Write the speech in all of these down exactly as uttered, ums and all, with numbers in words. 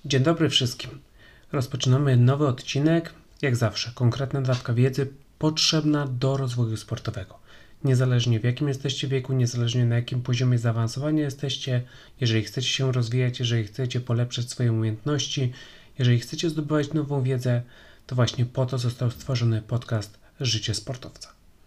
Dzień dobry wszystkim. Rozpoczynamy nowy odcinek. Jak zawsze, konkretna dawka wiedzy potrzebna do rozwoju sportowego. Niezależnie w jakim jesteście wieku, niezależnie na jakim poziomie zaawansowania jesteście, jeżeli chcecie się rozwijać, jeżeli chcecie polepszać swoje umiejętności, jeżeli chcecie zdobywać nową wiedzę, to właśnie po to został stworzony podcast Życie Sportowca.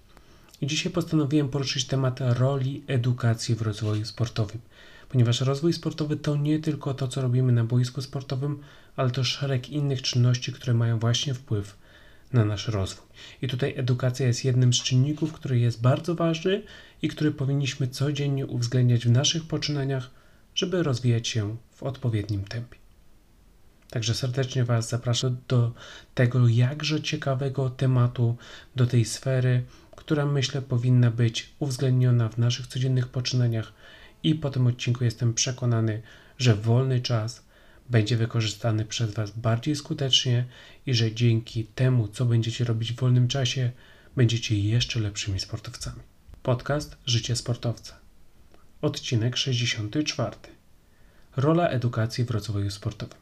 I dzisiaj postanowiłem poruszyć temat roli edukacji w rozwoju sportowym. Ponieważ rozwój sportowy to nie tylko to, co robimy na boisku sportowym, ale to szereg innych czynności, które mają właśnie wpływ na nasz rozwój. I tutaj edukacja jest jednym z czynników, który jest bardzo ważny i który powinniśmy codziennie uwzględniać w naszych poczynaniach, żeby rozwijać się w odpowiednim tempie. Także serdecznie Was zapraszam do tego jakże ciekawego tematu, do tej sfery, która myślę powinna być uwzględniona w naszych codziennych poczynaniach. I po tym odcinku jestem przekonany, że wolny czas będzie wykorzystany przez Was bardziej skutecznie i że dzięki temu, co będziecie robić w wolnym czasie, będziecie jeszcze lepszymi sportowcami. Podcast Życie Sportowca. Odcinek sześćdziesiąty czwarty. Rola edukacji w rozwoju sportowym.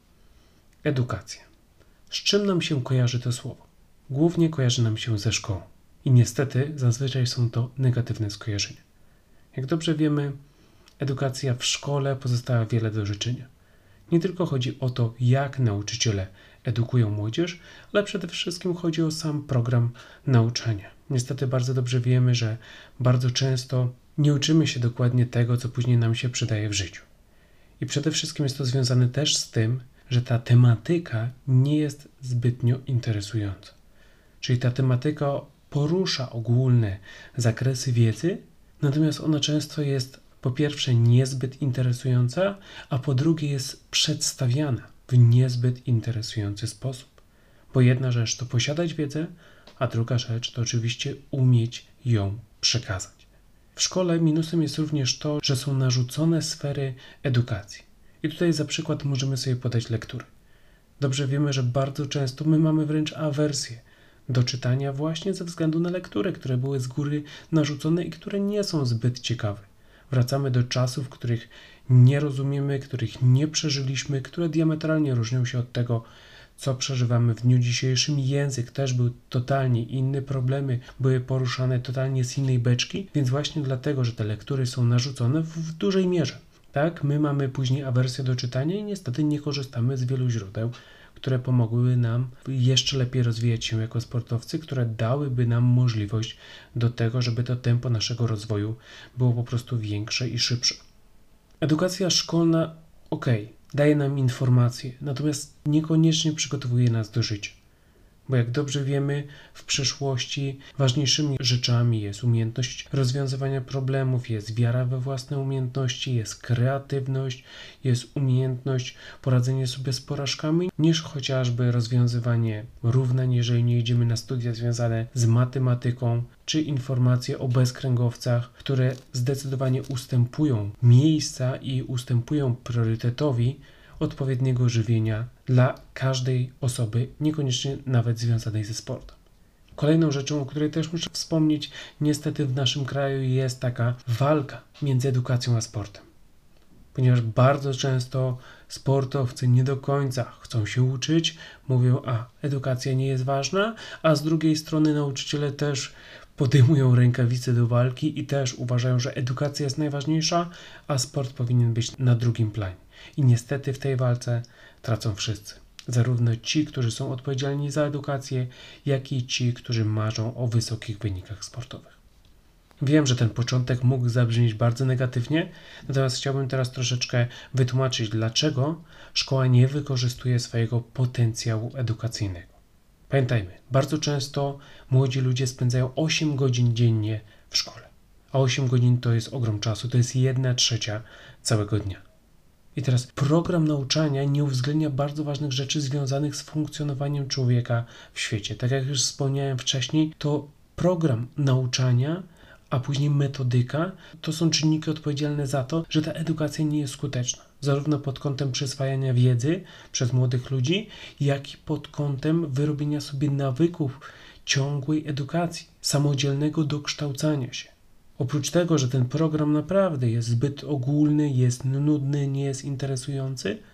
Edukacja. Z czym nam się kojarzy to słowo? Głównie kojarzy nam się ze szkołą. I niestety zazwyczaj są to negatywne skojarzenia. Jak dobrze wiemy, edukacja w szkole pozostawia wiele do życzenia. Nie tylko chodzi o to, jak nauczyciele edukują młodzież, ale przede wszystkim chodzi o sam program nauczania. Niestety bardzo dobrze wiemy, że bardzo często nie uczymy się dokładnie tego, co później nam się przydaje w życiu. I przede wszystkim jest to związane też z tym, że ta tematyka nie jest zbytnio interesująca. Czyli ta tematyka porusza ogólne zakresy wiedzy, natomiast ona często jest po pierwsze niezbyt interesująca, a po drugie jest przedstawiana w niezbyt interesujący sposób. Bo jedna rzecz to posiadać wiedzę, a druga rzecz to oczywiście umieć ją przekazać. W szkole minusem jest również to, że są narzucone sfery edukacji. I tutaj za przykład możemy sobie podać lektury. Dobrze wiemy, że bardzo często my mamy wręcz awersję do czytania właśnie ze względu na lektury, które były z góry narzucone i które nie są zbyt ciekawe. Wracamy do czasów, których nie rozumiemy, których nie przeżyliśmy, które diametralnie różnią się od tego, co przeżywamy w dniu dzisiejszym. Język też był totalnie inny, problemy były poruszane totalnie z innej beczki, więc właśnie dlatego, że te lektury są narzucone w, w dużej mierze. Tak, my mamy później awersję do czytania i niestety nie korzystamy z wielu źródeł, które pomogłyby nam jeszcze lepiej rozwijać się jako sportowcy, które dałyby nam możliwość do tego, żeby to tempo naszego rozwoju było po prostu większe i szybsze. Edukacja szkolna, ok, daje nam informacje, natomiast niekoniecznie przygotowuje nas do życia. Bo jak dobrze wiemy, w przyszłości ważniejszymi rzeczami jest umiejętność rozwiązywania problemów, jest wiara we własne umiejętności, jest kreatywność, jest umiejętność poradzenia sobie z porażkami, niż chociażby rozwiązywanie równań, jeżeli nie idziemy na studia związane z matematyką, czy informacje o bezkręgowcach, które zdecydowanie ustępują miejsca i ustępują priorytetowi odpowiedniego żywienia dla każdej osoby, niekoniecznie nawet związanej ze sportem. Kolejną rzeczą, o której też muszę wspomnieć, niestety w naszym kraju jest taka walka między edukacją a sportem. Ponieważ bardzo często sportowcy nie do końca chcą się uczyć, mówią, a edukacja nie jest ważna, a z drugiej strony nauczyciele też podejmują rękawice do walki i też uważają, że edukacja jest najważniejsza, a sport powinien być na drugim planie. I niestety w tej walce tracą wszyscy. Zarówno ci, którzy są odpowiedzialni za edukację, jak i ci, którzy marzą o wysokich wynikach sportowych. Wiem, że ten początek mógł zabrzmieć bardzo negatywnie, natomiast chciałbym teraz troszeczkę wytłumaczyć, dlaczego szkoła nie wykorzystuje swojego potencjału edukacyjnego. Pamiętajmy, bardzo często młodzi ludzie spędzają osiem godzin dziennie w szkole, a osiem godzin to jest ogrom czasu, to jest jedna trzecia całego dnia. I teraz program nauczania nie uwzględnia bardzo ważnych rzeczy związanych z funkcjonowaniem człowieka w świecie. Tak jak już wspomniałem wcześniej, to program nauczania, a później metodyka, to są czynniki odpowiedzialne za to, że ta edukacja nie jest skuteczna. Zarówno pod kątem przyswajania wiedzy przez młodych ludzi, jak i pod kątem wyrobienia sobie nawyków ciągłej edukacji, samodzielnego dokształcania się. Oprócz tego, że ten program naprawdę jest zbyt ogólny, jest nudny, nie jest interesujący,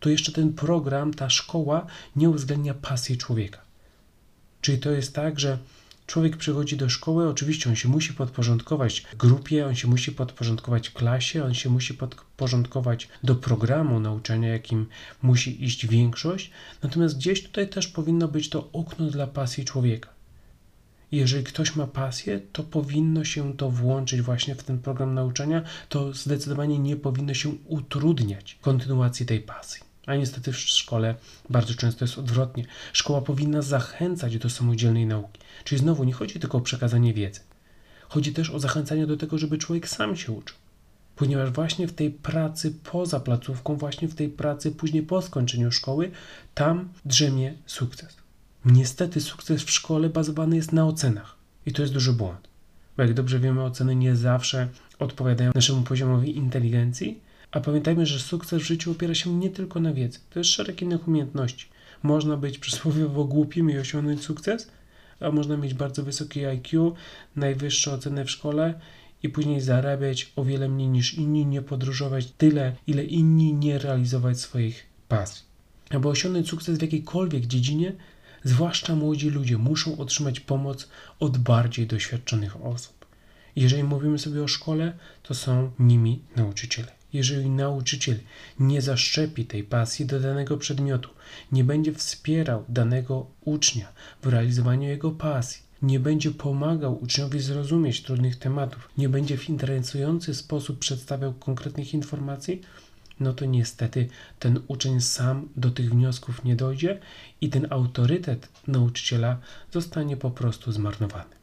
to jeszcze ten program, ta szkoła nie uwzględnia pasji człowieka. Czyli to jest tak, że człowiek przychodzi do szkoły, oczywiście on się musi podporządkować grupie, on się musi podporządkować klasie, on się musi podporządkować do programu nauczania, jakim musi iść większość, natomiast gdzieś tutaj też powinno być to okno dla pasji człowieka. Jeżeli ktoś ma pasję, to powinno się to włączyć właśnie w ten program nauczania, to zdecydowanie nie powinno się utrudniać kontynuacji tej pasji. A niestety w szkole bardzo często jest odwrotnie. Szkoła powinna zachęcać do samodzielnej nauki. Czyli znowu nie chodzi tylko o przekazanie wiedzy. Chodzi też o zachęcanie do tego, żeby człowiek sam się uczył. Ponieważ właśnie w tej pracy poza placówką, właśnie w tej pracy później po skończeniu szkoły, tam drzemie sukces. Niestety sukces w szkole bazowany jest na ocenach. I to jest duży błąd. Bo jak dobrze wiemy, oceny nie zawsze odpowiadają naszemu poziomowi inteligencji, a pamiętajmy, że sukces w życiu opiera się nie tylko na wiedzy. To jest szereg innych umiejętności. Można być przysłowiowo głupim i osiągnąć sukces, a można mieć bardzo wysokie I Q, najwyższe oceny w szkole i później zarabiać o wiele mniej niż inni, nie podróżować tyle, ile inni, nie realizować swoich pasji. Aby osiągnąć sukces w jakiejkolwiek dziedzinie, zwłaszcza młodzi ludzie muszą otrzymać pomoc od bardziej doświadczonych osób. Jeżeli mówimy sobie o szkole, to są nimi nauczyciele. Jeżeli nauczyciel nie zaszczepi tej pasji do danego przedmiotu, nie będzie wspierał danego ucznia w realizowaniu jego pasji, nie będzie pomagał uczniowi zrozumieć trudnych tematów, nie będzie w interesujący sposób przedstawiał konkretnych informacji, no to niestety ten uczeń sam do tych wniosków nie dojdzie i ten autorytet nauczyciela zostanie po prostu zmarnowany.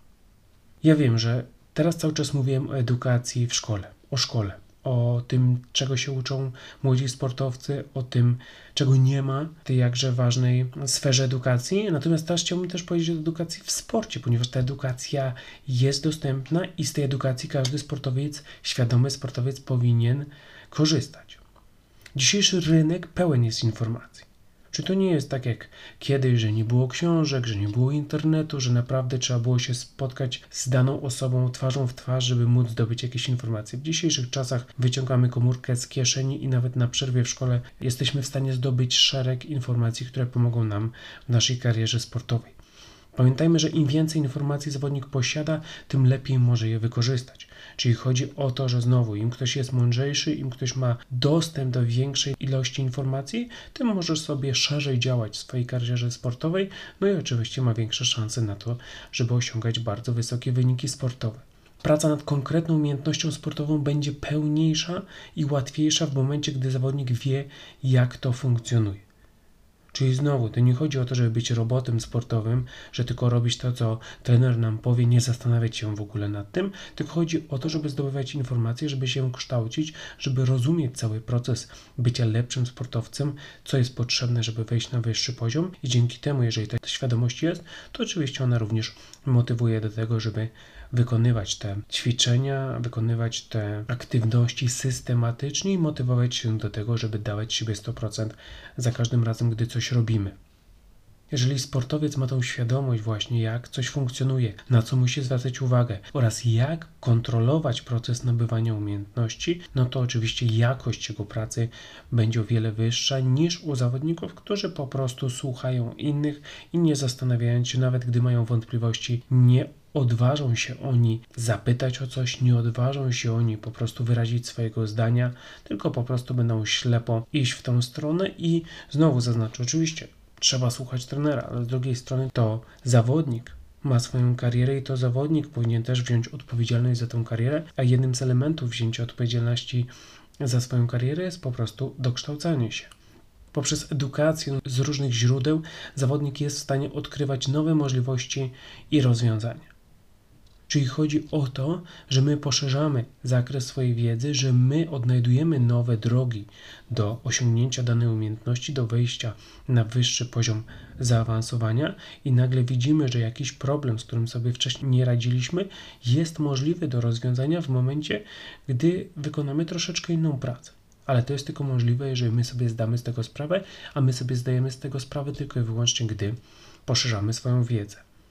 Ja wiem, że teraz cały czas mówiłem o edukacji w szkole, o szkole, o tym, czego się uczą młodzi sportowcy, o tym, czego nie ma w tej jakże ważnej sferze edukacji. Natomiast teraz chciałbym też powiedzieć o edukacji w sporcie, ponieważ ta edukacja jest dostępna i z tej edukacji każdy sportowiec, świadomy sportowiec powinien korzystać. Dzisiejszy rynek pełen jest informacji. Czy to nie jest tak jak kiedyś, że nie było książek, że nie było internetu, że naprawdę trzeba było się spotkać z daną osobą twarzą w twarz, żeby móc zdobyć jakieś informacje. W dzisiejszych czasach wyciągamy komórkę z kieszeni i nawet na przerwie w szkole jesteśmy w stanie zdobyć szereg informacji, które pomogą nam w naszej karierze sportowej. Pamiętajmy, że im więcej informacji zawodnik posiada, tym lepiej może je wykorzystać. Czyli chodzi o to, że znowu im ktoś jest mądrzejszy, im ktoś ma dostęp do większej ilości informacji, tym może sobie szerzej działać w swojej karierze sportowej, no i oczywiście ma większe szanse na to, żeby osiągać bardzo wysokie wyniki sportowe. Praca nad konkretną umiejętnością sportową będzie pełniejsza i łatwiejsza w momencie, gdy zawodnik wie, jak to funkcjonuje. Czyli znowu, to nie chodzi o to, żeby być robotem sportowym, że tylko robić to, co trener nam powie, nie zastanawiać się w ogóle nad tym, tylko chodzi o to, żeby zdobywać informacje, żeby się kształcić, żeby rozumieć cały proces bycia lepszym sportowcem, co jest potrzebne, żeby wejść na wyższy poziom i dzięki temu, jeżeli ta świadomość jest, to oczywiście ona również motywuje do tego, żeby wykonywać te ćwiczenia, wykonywać te aktywności systematycznie i motywować się do tego, żeby dawać siebie sto procent za każdym razem, gdy coś robimy. Jeżeli sportowiec ma tą świadomość właśnie, jak coś funkcjonuje, na co musi zwracać uwagę oraz jak kontrolować proces nabywania umiejętności, no to oczywiście jakość jego pracy będzie o wiele wyższa niż u zawodników, którzy po prostu słuchają innych i nie zastanawiając się, nawet gdy mają wątpliwości, nie odważą się oni zapytać o coś, nie odważą się oni po prostu wyrazić swojego zdania, tylko po prostu będą ślepo iść w tą stronę i znowu zaznaczę, oczywiście trzeba słuchać trenera, ale z drugiej strony to zawodnik ma swoją karierę i to zawodnik powinien też wziąć odpowiedzialność za tę karierę, a jednym z elementów wzięcia odpowiedzialności za swoją karierę jest po prostu dokształcanie się. Poprzez edukację z różnych źródeł zawodnik jest w stanie odkrywać nowe możliwości i rozwiązania. Czyli chodzi o to, że my poszerzamy zakres swojej wiedzy, że my odnajdujemy nowe drogi do osiągnięcia danej umiejętności, do wejścia na wyższy poziom zaawansowania i nagle widzimy, że jakiś problem, z którym sobie wcześniej nie radziliśmy, jest możliwy do rozwiązania w momencie, gdy wykonamy troszeczkę inną pracę. Ale to jest tylko możliwe, jeżeli my sobie zdamy z tego sprawę, a my sobie zdajemy z tego sprawę tylko i wyłącznie, gdy poszerzamy swoją wiedzę.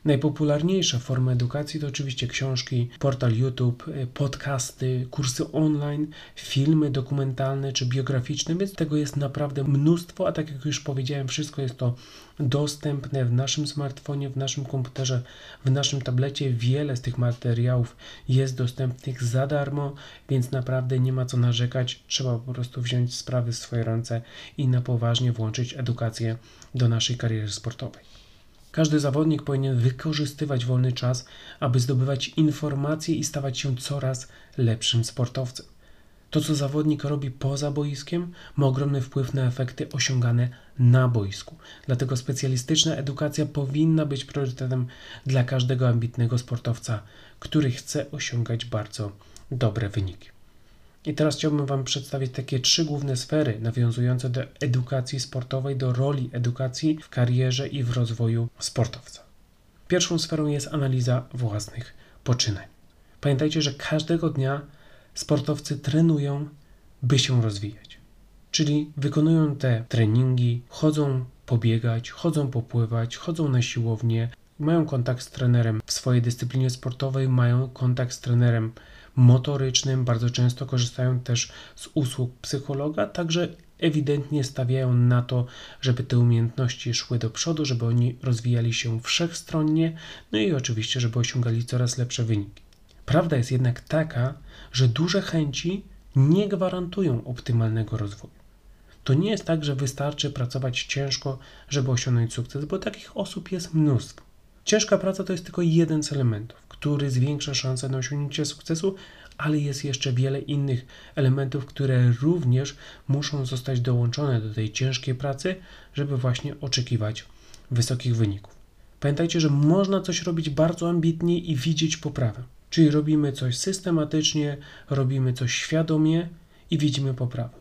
Najpopularniejsze formy edukacji to oczywiście książki, portal YouTube, podcasty, kursy online, filmy dokumentalne czy biograficzne, więc tego jest naprawdę mnóstwo, a tak jak już powiedziałem, wszystko jest to dostępne w naszym smartfonie, w naszym komputerze, w naszym tablecie. Wiele z tych materiałów jest dostępnych za darmo, więc naprawdę nie ma co narzekać. Trzeba po prostu wziąć sprawy w swoje ręce i na poważnie włączyć edukację do naszej kariery sportowej. Każdy zawodnik powinien wykorzystywać wolny czas, aby zdobywać informacje i stawać się coraz lepszym sportowcem. To, co zawodnik robi poza boiskiem, ma ogromny wpływ na efekty osiągane na boisku. Dlatego specjalistyczna edukacja powinna być priorytetem dla każdego ambitnego sportowca, który chce osiągać bardzo dobre wyniki. I teraz chciałbym Wam przedstawić takie trzy główne sfery nawiązujące do edukacji sportowej, do roli edukacji w karierze i w rozwoju sportowca. Pierwszą sferą jest analiza własnych poczynań. Pamiętajcie, że każdego dnia sportowcy trenują, by się rozwijać. Czyli wykonują te treningi, chodzą pobiegać, chodzą popływać, chodzą na siłownię, mają kontakt z trenerem w swojej dyscyplinie sportowej, mają kontakt z trenerem motorycznym, bardzo często korzystają też z usług psychologa, także ewidentnie stawiają na to, żeby te umiejętności szły do przodu, żeby oni rozwijali się wszechstronnie, no i oczywiście, żeby osiągali coraz lepsze wyniki. Prawda jest jednak taka, że duże chęci nie gwarantują optymalnego rozwoju. To nie jest tak, że wystarczy pracować ciężko, żeby osiągnąć sukces, bo takich osób jest mnóstwo. Ciężka praca to jest tylko jeden z elementów, który zwiększa szanse na osiągnięcie sukcesu, ale jest jeszcze wiele innych elementów, które również muszą zostać dołączone do tej ciężkiej pracy, żeby właśnie oczekiwać wysokich wyników. Pamiętajcie, że można coś robić bardzo ambitnie i widzieć poprawę. Czyli robimy coś systematycznie, robimy coś świadomie i widzimy poprawę.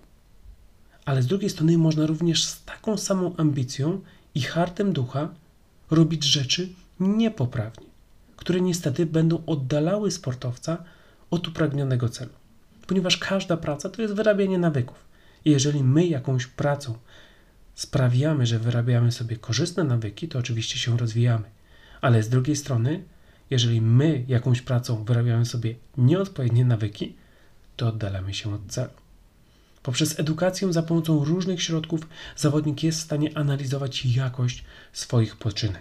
Ale z drugiej strony można również z taką samą ambicją i hartem ducha robić rzeczy niepoprawnie, które niestety będą oddalały sportowca od upragnionego celu. Ponieważ każda praca to jest wyrabianie nawyków. I jeżeli my jakąś pracą sprawiamy, że wyrabiamy sobie korzystne nawyki, to oczywiście się rozwijamy. Ale z drugiej strony, jeżeli my jakąś pracą wyrabiamy sobie nieodpowiednie nawyki, to oddalamy się od celu. Poprzez edukację za pomocą różnych środków zawodnik jest w stanie analizować jakość swoich poczynań.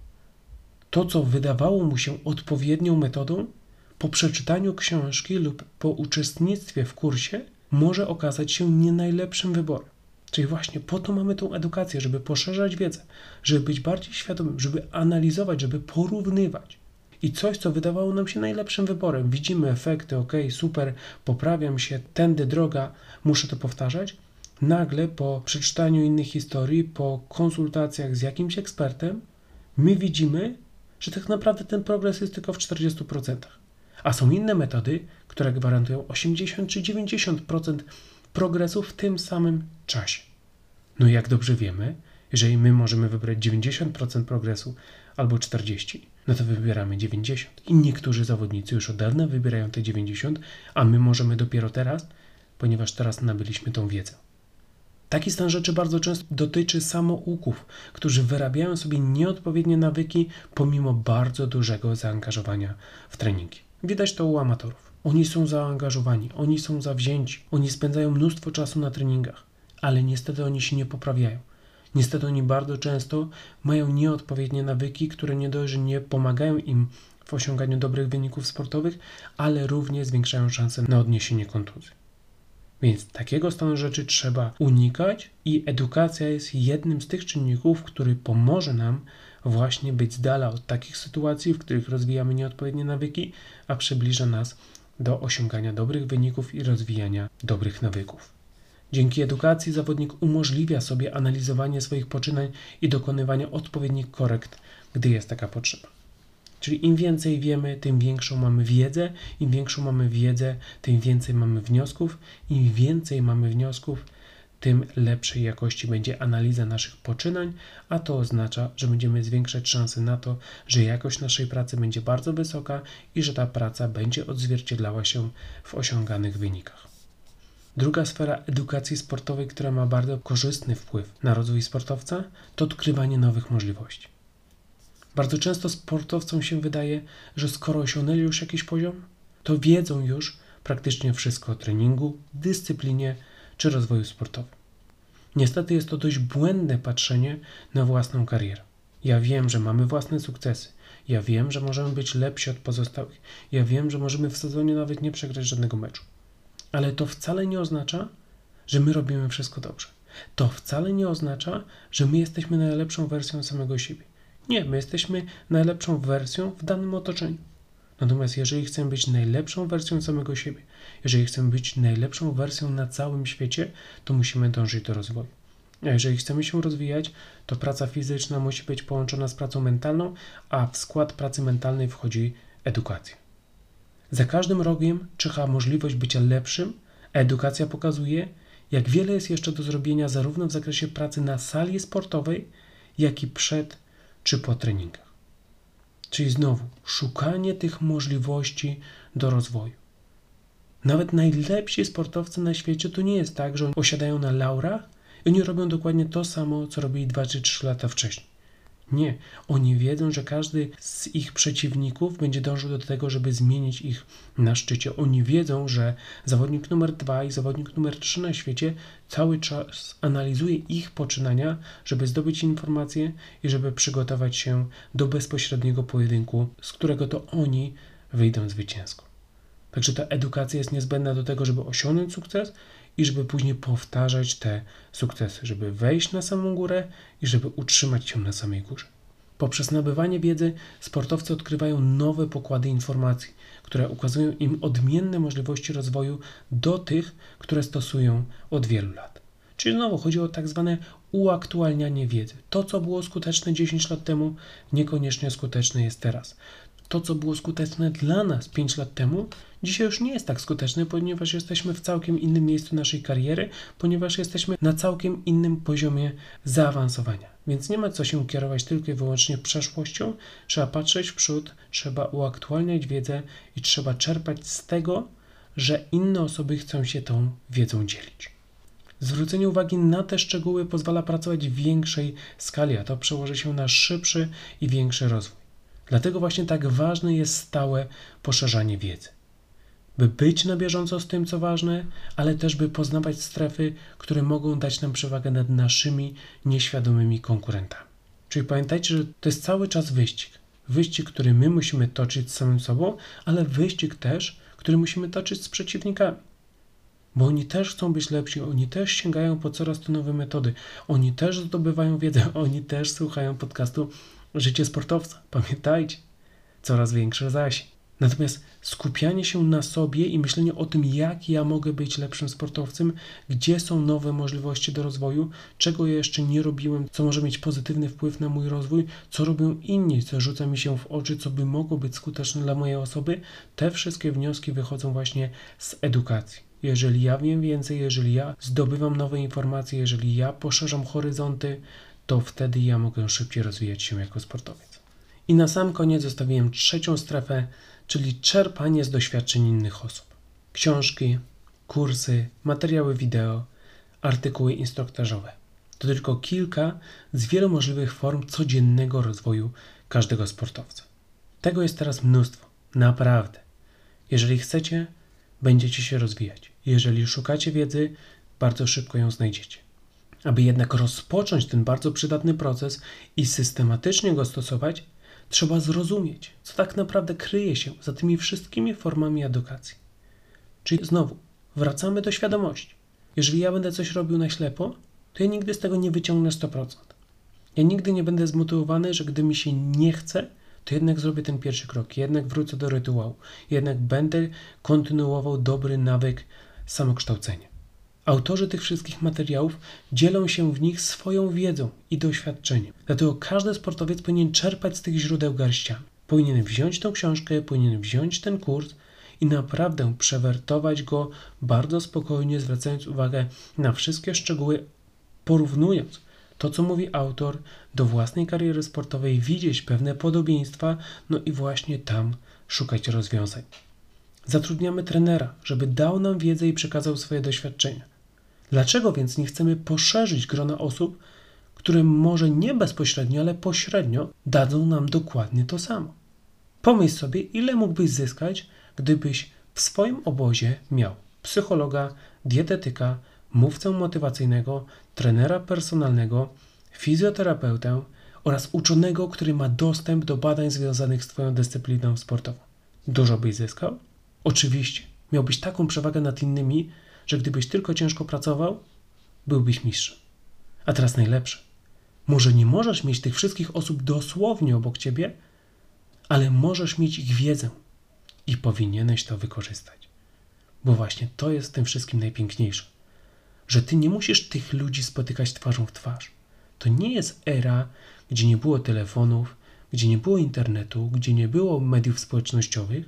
To, co wydawało mu się odpowiednią metodą, po przeczytaniu książki lub po uczestnictwie w kursie może okazać się nie najlepszym wyborem. Czyli właśnie po to mamy tą edukację, żeby poszerzać wiedzę, żeby być bardziej świadomym, żeby analizować, żeby porównywać. I coś, co wydawało nam się najlepszym wyborem. Widzimy efekty, ok, super, poprawiam się, tędy droga, muszę to powtarzać. Nagle po przeczytaniu innych historii, po konsultacjach z jakimś ekspertem, my widzimy, że tak naprawdę ten progres jest tylko w czterdziestu procentach. A są inne metody, które gwarantują osiemdziesiąt czy dziewięćdziesiąt procent progresu w tym samym czasie. No i jak dobrze wiemy, jeżeli my możemy wybrać dziewięćdziesiąt procent progresu albo czterdzieści procent, no to wybieramy dziewięćdziesiąt procent. I niektórzy zawodnicy już od dawna wybierają te dziewięćdziesiąt procent, a my możemy dopiero teraz, ponieważ teraz nabyliśmy tą wiedzę. Taki stan rzeczy bardzo często dotyczy samouków, którzy wyrabiają sobie nieodpowiednie nawyki pomimo bardzo dużego zaangażowania w treningi. Widać to u amatorów. Oni są zaangażowani, oni są zawzięci, oni spędzają mnóstwo czasu na treningach, ale niestety oni się nie poprawiają. Niestety oni bardzo często mają nieodpowiednie nawyki, które nie dość, że nie pomagają im w osiąganiu dobrych wyników sportowych, ale również zwiększają szanse na odniesienie kontuzji. Więc takiego stanu rzeczy trzeba unikać i edukacja jest jednym z tych czynników, który pomoże nam właśnie być z dala od takich sytuacji, w których rozwijamy nieodpowiednie nawyki, a przybliża nas do osiągania dobrych wyników i rozwijania dobrych nawyków. Dzięki edukacji zawodnik umożliwia sobie analizowanie swoich poczynań i dokonywanie odpowiednich korekt, gdy jest taka potrzeba. Czyli im więcej wiemy, tym większą mamy wiedzę, im większą mamy wiedzę, tym więcej mamy wniosków, im więcej mamy wniosków, tym lepszej jakości będzie analiza naszych poczynań, a to oznacza, że będziemy zwiększać szanse na to, że jakość naszej pracy będzie bardzo wysoka i że ta praca będzie odzwierciedlała się w osiąganych wynikach. Druga sfera edukacji sportowej, która ma bardzo korzystny wpływ na rozwój sportowca, to odkrywanie nowych możliwości. Bardzo często sportowcom się wydaje, że skoro osiągnęli już jakiś poziom, to wiedzą już praktycznie wszystko o treningu, dyscyplinie czy rozwoju sportowym. Niestety jest to dość błędne patrzenie na własną karierę. Ja wiem, że mamy własne sukcesy. Ja wiem, że możemy być lepsi od pozostałych. Ja wiem, że możemy w sezonie nawet nie przegrać żadnego meczu. Ale to wcale nie oznacza, że my robimy wszystko dobrze. To wcale nie oznacza, że my jesteśmy najlepszą wersją samego siebie. Nie, my jesteśmy najlepszą wersją w danym otoczeniu. Natomiast jeżeli chcemy być najlepszą wersją samego siebie, jeżeli chcemy być najlepszą wersją na całym świecie, to musimy dążyć do rozwoju. A jeżeli chcemy się rozwijać, to praca fizyczna musi być połączona z pracą mentalną, a w skład pracy mentalnej wchodzi edukacja. Za każdym rogiem czyha możliwość bycia lepszym, a edukacja pokazuje, jak wiele jest jeszcze do zrobienia zarówno w zakresie pracy na sali sportowej, jak i przed czy po treningach. Czyli znowu szukanie tych możliwości do rozwoju. Nawet najlepsi sportowcy na świecie to nie jest tak, że oni osiadają na laurach i oni robią dokładnie to samo, co robili dwa czy trzy lata wcześniej. Nie, oni wiedzą, że każdy z ich przeciwników będzie dążył do tego, żeby zmienić ich na szczycie. Oni wiedzą, że zawodnik numer dwa i zawodnik numer trzy na świecie cały czas analizuje ich poczynania, żeby zdobyć informacje i żeby przygotować się do bezpośredniego pojedynku, z którego to oni wyjdą zwycięsko. Także ta edukacja jest niezbędna do tego, żeby osiągnąć sukces i żeby później powtarzać te sukcesy, żeby wejść na samą górę i żeby utrzymać się na samej górze. Poprzez nabywanie wiedzy sportowcy odkrywają nowe pokłady informacji, które ukazują im odmienne możliwości rozwoju do tych, które stosują od wielu lat. Czyli znowu chodzi o tak zwane uaktualnianie wiedzy. To, co było skuteczne dziesięć lat temu, niekoniecznie skuteczne jest teraz. To, co było skuteczne dla nas pięć lat temu, dzisiaj już nie jest tak skuteczne, ponieważ jesteśmy w całkiem innym miejscu naszej kariery, ponieważ jesteśmy na całkiem innym poziomie zaawansowania. Więc nie ma co się kierować tylko i wyłącznie przeszłością, trzeba patrzeć w przód, trzeba uaktualniać wiedzę i trzeba czerpać z tego, że inne osoby chcą się tą wiedzą dzielić. Zwrócenie uwagi na te szczegóły pozwala pracować w większej skali, a to przełoży się na szybszy i większy rozwój. Dlatego właśnie tak ważne jest stałe poszerzanie wiedzy. By być na bieżąco z tym, co ważne, ale też by poznawać strefy, które mogą dać nam przewagę nad naszymi nieświadomymi konkurentami. Czyli pamiętajcie, że to jest cały czas wyścig. Wyścig, który my musimy toczyć z samym sobą, ale wyścig też, który musimy toczyć z przeciwnikami. Bo oni też chcą być lepsi, oni też sięgają po coraz to nowe metody, oni też zdobywają wiedzę, oni też słuchają podcastu Życie sportowca. Pamiętajcie, coraz większy zasięg. Natomiast skupianie się na sobie i myślenie o tym, jak ja mogę być lepszym sportowcem, gdzie są nowe możliwości do rozwoju, czego ja jeszcze nie robiłem, co może mieć pozytywny wpływ na mój rozwój, co robią inni, co rzuca mi się w oczy, co by mogło być skuteczne dla mojej osoby, te wszystkie wnioski wychodzą właśnie z edukacji. Jeżeli ja wiem więcej, jeżeli ja zdobywam nowe informacje, jeżeli ja poszerzam horyzonty, to wtedy ja mogę szybciej rozwijać się jako sportowiec. I na sam koniec zostawiłem trzecią strefę, czyli czerpanie z doświadczeń innych osób. Książki, kursy, materiały wideo, artykuły instruktażowe. To tylko kilka z wielu możliwych form codziennego rozwoju każdego sportowca. Tego jest teraz mnóstwo, naprawdę. Jeżeli chcecie, będziecie się rozwijać. Jeżeli szukacie wiedzy, bardzo szybko ją znajdziecie. Aby jednak rozpocząć ten bardzo przydatny proces i systematycznie go stosować, trzeba zrozumieć, co tak naprawdę kryje się za tymi wszystkimi formami edukacji. Czyli znowu, wracamy do świadomości. Jeżeli ja będę coś robił na ślepo, to ja nigdy z tego nie wyciągnę sto procent. Ja nigdy nie będę zmotywowany, że gdy mi się nie chce, to jednak zrobię ten pierwszy krok, jednak wrócę do rytuału, jednak będę kontynuował dobry nawyk samokształcenia. Autorzy tych wszystkich materiałów dzielą się w nich swoją wiedzą i doświadczeniem. Dlatego każdy sportowiec powinien czerpać z tych źródeł garściami. Powinien wziąć tą książkę, powinien wziąć ten kurs i naprawdę przewertować go bardzo spokojnie, zwracając uwagę na wszystkie szczegóły, porównując to, co mówi autor, do własnej kariery sportowej, widzieć pewne podobieństwa, no i właśnie tam szukać rozwiązań. Zatrudniamy trenera, żeby dał nam wiedzę i przekazał swoje doświadczenia. Dlaczego więc nie chcemy poszerzyć grona osób, które może nie bezpośrednio, ale pośrednio dadzą nam dokładnie to samo. Pomyśl sobie, ile mógłbyś zyskać, gdybyś w swoim obozie miał psychologa, dietetyka, mówcę motywacyjnego, trenera personalnego, fizjoterapeutę oraz uczonego, który ma dostęp do badań związanych z Twoją dyscypliną sportową. Dużo byś zyskał? Oczywiście. Miałbyś taką przewagę nad innymi, że gdybyś tylko ciężko pracował, byłbyś mistrzem. A teraz najlepsze. Może nie możesz mieć tych wszystkich osób dosłownie obok Ciebie, ale możesz mieć ich wiedzę i powinieneś to wykorzystać. Bo właśnie to jest w tym wszystkim najpiękniejsze. Że Ty nie musisz tych ludzi spotykać twarzą w twarz. To nie jest era, gdzie nie było telefonów, gdzie nie było internetu, gdzie nie było mediów społecznościowych,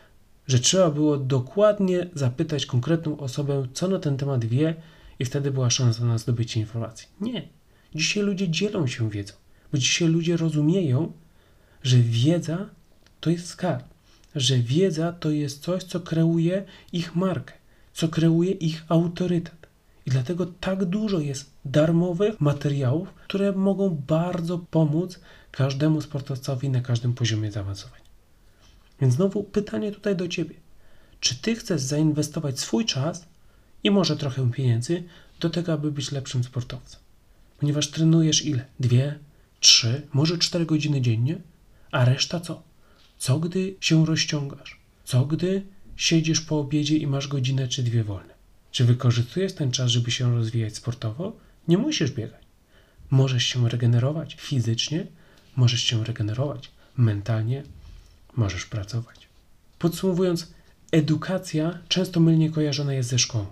że trzeba było dokładnie zapytać konkretną osobę, co na ten temat wie i wtedy była szansa na zdobycie informacji. Nie. Dzisiaj ludzie dzielą się wiedzą, bo dzisiaj ludzie rozumieją, że wiedza to jest skarb, że wiedza to jest coś, co kreuje ich markę, co kreuje ich autorytet. I dlatego tak dużo jest darmowych materiałów, które mogą bardzo pomóc każdemu sportowcowi na każdym poziomie zaawansowania. Więc znowu pytanie tutaj do Ciebie. Czy Ty chcesz zainwestować swój czas i może trochę pieniędzy do tego, aby być lepszym sportowcem? Ponieważ trenujesz ile? Dwie, trzy, może cztery godziny dziennie? A reszta co? Co gdy się rozciągasz? Co gdy siedzisz po obiedzie i masz godzinę czy dwie wolne? Czy wykorzystujesz ten czas, żeby się rozwijać sportowo? Nie musisz biegać. Możesz się regenerować fizycznie, możesz się regenerować mentalnie, możesz pracować. Podsumowując, edukacja często mylnie kojarzona jest ze szkołą.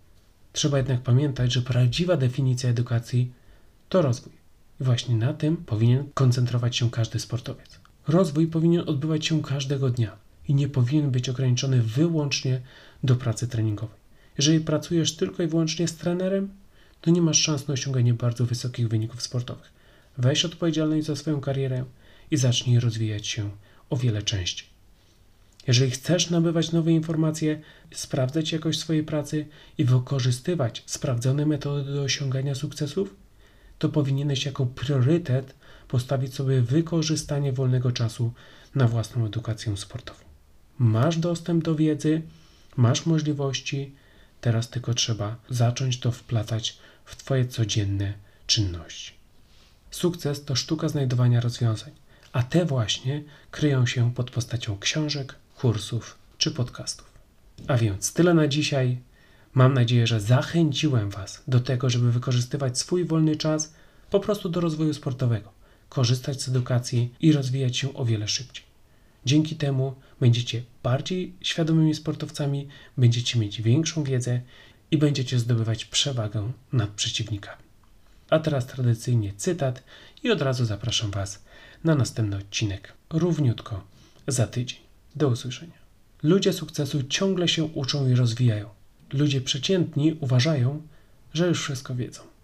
Trzeba jednak pamiętać, że prawdziwa definicja edukacji to rozwój. I właśnie na tym powinien koncentrować się każdy sportowiec. Rozwój powinien odbywać się każdego dnia i nie powinien być ograniczony wyłącznie do pracy treningowej. Jeżeli pracujesz tylko i wyłącznie z trenerem, to nie masz szans na osiąganie bardzo wysokich wyników sportowych. Weź odpowiedzialność za swoją karierę i zacznij rozwijać się o wiele częściej. Jeżeli chcesz nabywać nowe informacje, sprawdzać jakość swojej pracy i wykorzystywać sprawdzone metody do osiągania sukcesów, to powinieneś jako priorytet postawić sobie wykorzystanie wolnego czasu na własną edukację sportową. Masz dostęp do wiedzy, masz możliwości, teraz tylko trzeba zacząć to wplatać w Twoje codzienne czynności. Sukces to sztuka znajdowania rozwiązań, a te właśnie kryją się pod postacią książek, kursów czy podcastów. A więc tyle na dzisiaj. Mam nadzieję, że zachęciłem Was do tego, żeby wykorzystywać swój wolny czas po prostu do rozwoju sportowego, korzystać z edukacji i rozwijać się o wiele szybciej. Dzięki temu będziecie bardziej świadomymi sportowcami, będziecie mieć większą wiedzę i będziecie zdobywać przewagę nad przeciwnikami. A teraz tradycyjnie cytat i od razu zapraszam Was na następny odcinek równiutko za tydzień. Do usłyszenia. Ludzie sukcesu ciągle się uczą i rozwijają. Ludzie przeciętni uważają, że już wszystko wiedzą.